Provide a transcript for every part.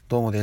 どうもです。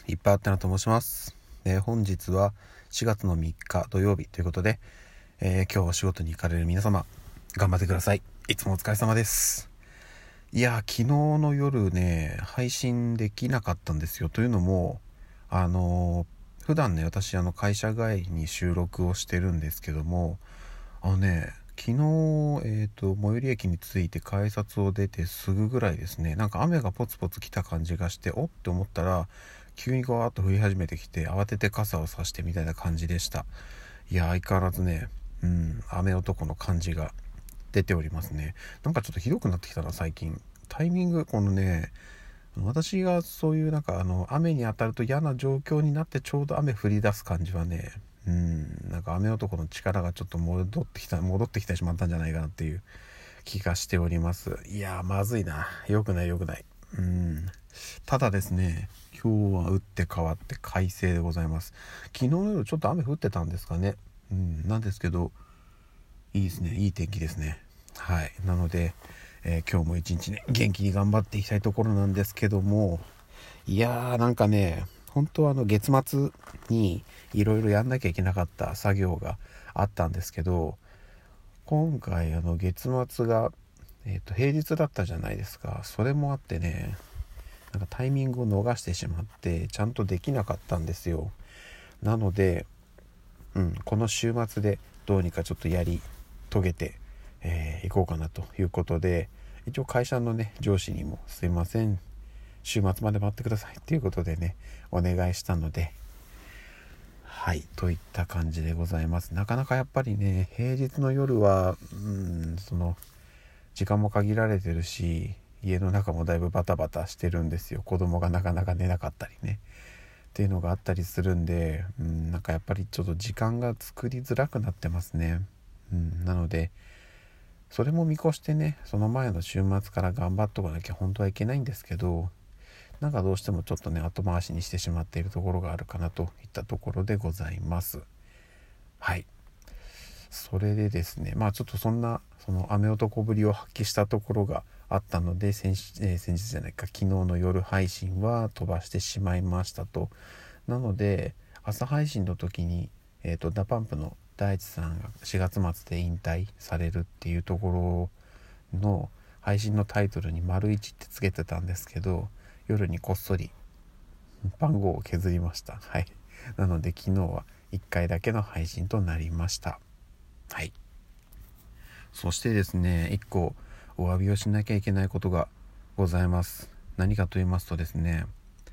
いっぱいあったなと申します。本日は4月の3日土曜日ということで、今日お仕事に行かれる皆様頑張ってください。いつもお疲れ様です。いや昨日の夜ね配信できなかったんですよ。というのも普段ね私会社帰りに収録をしてるんですけども、昨日最寄り駅に着いて改札を出てすぐぐらいですね、なんか雨がポツポツ来た感じがして、おって思ったら急にガーッと降り始めてきて、慌てて傘を差してみたいな感じでした。いや相変わらずね、雨男の感じが出ておりますね。なんかちょっとひどくなってきたな最近。タイミングこのね、私がそういう雨に当たると嫌な状況になってちょうど雨降り出す感じはね、なんか雨男の力がちょっと戻ってきてしまったんじゃないかなっていう気がしております。いやーまずいな、良くない。ただですね、今日は打って変わって快晴でございます。昨日の夜ちょっと雨降ってたんですかね。なんですけどいいですね、いい天気ですね。はい、なので、今日も一日ね元気に頑張っていきたいところなんですけども、いやーなんかね、本当は月末にいろいろやんなきゃいけなかった作業があったんですけど、今回月末が、平日だったじゃないですか。それもあってね、なんかタイミングを逃してしまってちゃんとできなかったんですよ。なので、この週末でどうにかちょっとやり遂げていこうかなということで、一応会社のね上司にもすいません週末まで待ってくださいっていうことでねお願いしたので、はいといった感じでございます。なかなかやっぱりね平日の夜はその時間も限られてるし、家の中もだいぶバタバタしてるんですよ。子供がなかなか寝なかったりねっていうのがあったりするんで、なんかやっぱりちょっと時間が作りづらくなってますね。なのでそれも見越してね、その前の週末から頑張っとかなきゃ本当はいけないんですけど、なんかどうしてもちょっとね後回しにしてしまっているところがあるかなといったところでございます。はい、それでですね、ちょっとその雨男ぶりを発揮したところがあったので、先日じゃないか昨日の夜配信は飛ばしてしまいましたと。なので朝配信の時にダパンプの大地さんが4月末で引退されるっていうところの配信のタイトルに丸1ってつけてたんですけど、夜にこっそり番号を削りました。はい、なので昨日は1回だけの配信となりました。はい、そしてですね、1個お詫びをしなきゃいけないことがございます。何かと言いますとですね、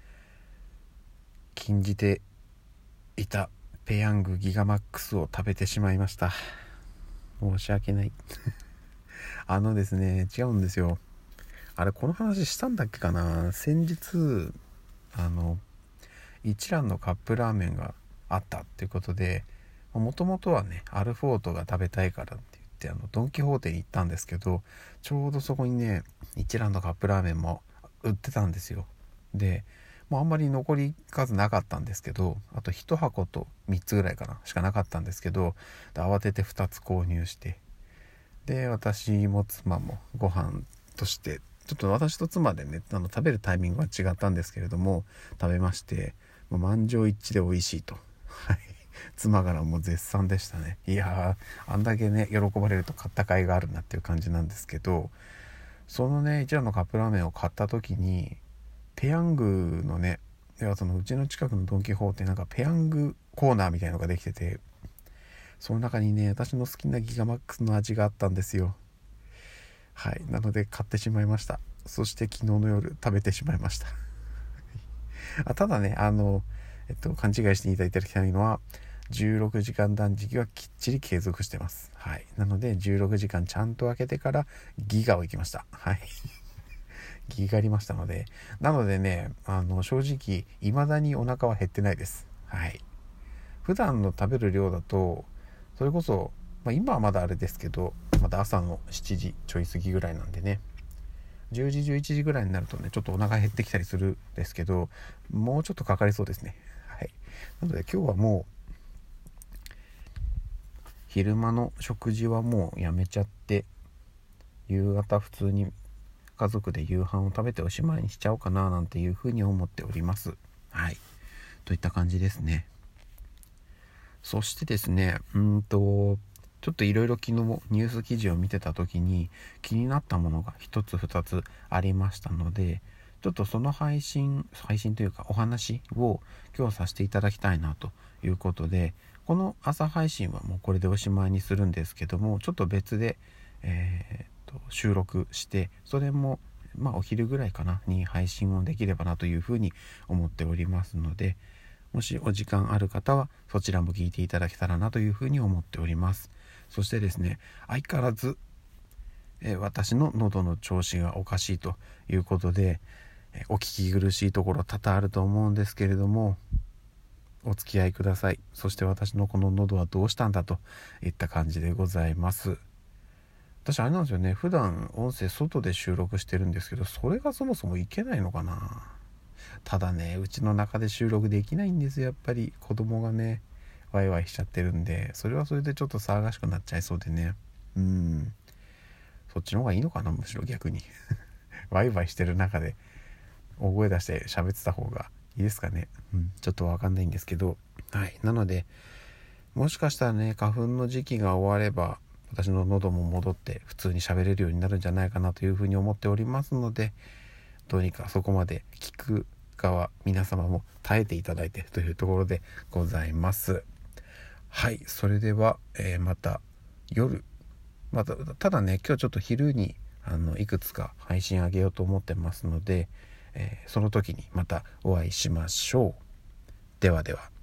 禁じていたペヤングギガマックスを食べてしまいました。申し訳ないですね、違うんですよ。あれこの話したんだっけかな。先日一蘭のカップラーメンがあったっていうことで、もともとはねアルフォートが食べたいからって言ってドンキホーテに行ったんですけど、ちょうどそこにね一蘭のカップラーメンも売ってたんですよ。でもうあんまり残り数なかったんですけど、あと1箱と3つぐらいかなしかなかったんですけど、慌てて2つ購入して、で私も妻もご飯としてちょっと私と妻でね食べるタイミングは違ったんですけれども食べまして、満場一致で美味しいと、はい、妻からも絶賛でしたね。いやーあんだけね喜ばれると買った甲斐があるなっていう感じなんですけど、そのね一蘭のカップラーメンを買った時にペヤングのね、いやうちの近くのドンキホーテなんかペヤングコーナーみたいなのができてて、その中にね私の好きなギガマックスの味があったんですよ。はい、なので買ってしまいました。そして昨日の夜食べてしまいましたただね勘違いしていただきたいのは16時間断食はきっちり継続してます。はい、なので16時間ちゃんと空けてからギガを行きました。はいギガりましたので、なのでね正直未だにお腹は減ってないです。はい、普段の食べる量だとそれこそ、今はまだあれですけど、まだ朝の7時ちょい過ぎぐらいなんでね、10時11時ぐらいになるとねちょっとお腹減ってきたりするんですけど、もうちょっとかかりそうですね。はい、なので今日はもう昼間の食事はもうやめちゃって、夕方普通に家族で夕飯を食べておしまいにしちゃおうかななんていうふうに思っております。はい、といった感じですね。そしてですね、ちょっといろいろ昨日ニュース記事を見てた時に気になったものが一つ二つありましたので、ちょっとその配信というかお話を今日させていただきたいなということで、この朝配信はもうこれでおしまいにするんですけども、ちょっと別で、収録して、それもお昼ぐらいかなに配信をできればなというふうに思っておりますので、もしお時間ある方はそちらも聞いていただけたらなというふうに思っております。そしてですね、相変わらず、私の喉の調子がおかしいということで、お聞き苦しいところ多々あると思うんですけれども、お付き合いください。そして私のこの喉はどうしたんだといった感じでございます。私あれなんですよね、普段音声外で収録してるんですけど、それがそもそもいけないのかな。ただね、うちの中で収録できないんですよ。やっぱり子供がねワイワイしちゃってるんで、それはそれでちょっと騒がしくなっちゃいそうでね、そっちの方がいいのかな、むしろ逆にワイワイしてる中で大声出して喋ってた方がいいですかね。ちょっとわかんないんですけど、はい。なのでもしかしたらね、花粉の時期が終われば私の喉も戻って普通に喋れるようになるんじゃないかなというふうに思っておりますので、どうにかそこまで聞く側皆様も耐えていただいてというところでございます。はい、それでは、また夜ただね、今日ちょっと昼にいくつか配信あげようと思ってますので、その時にまたお会いしましょう。ではでは。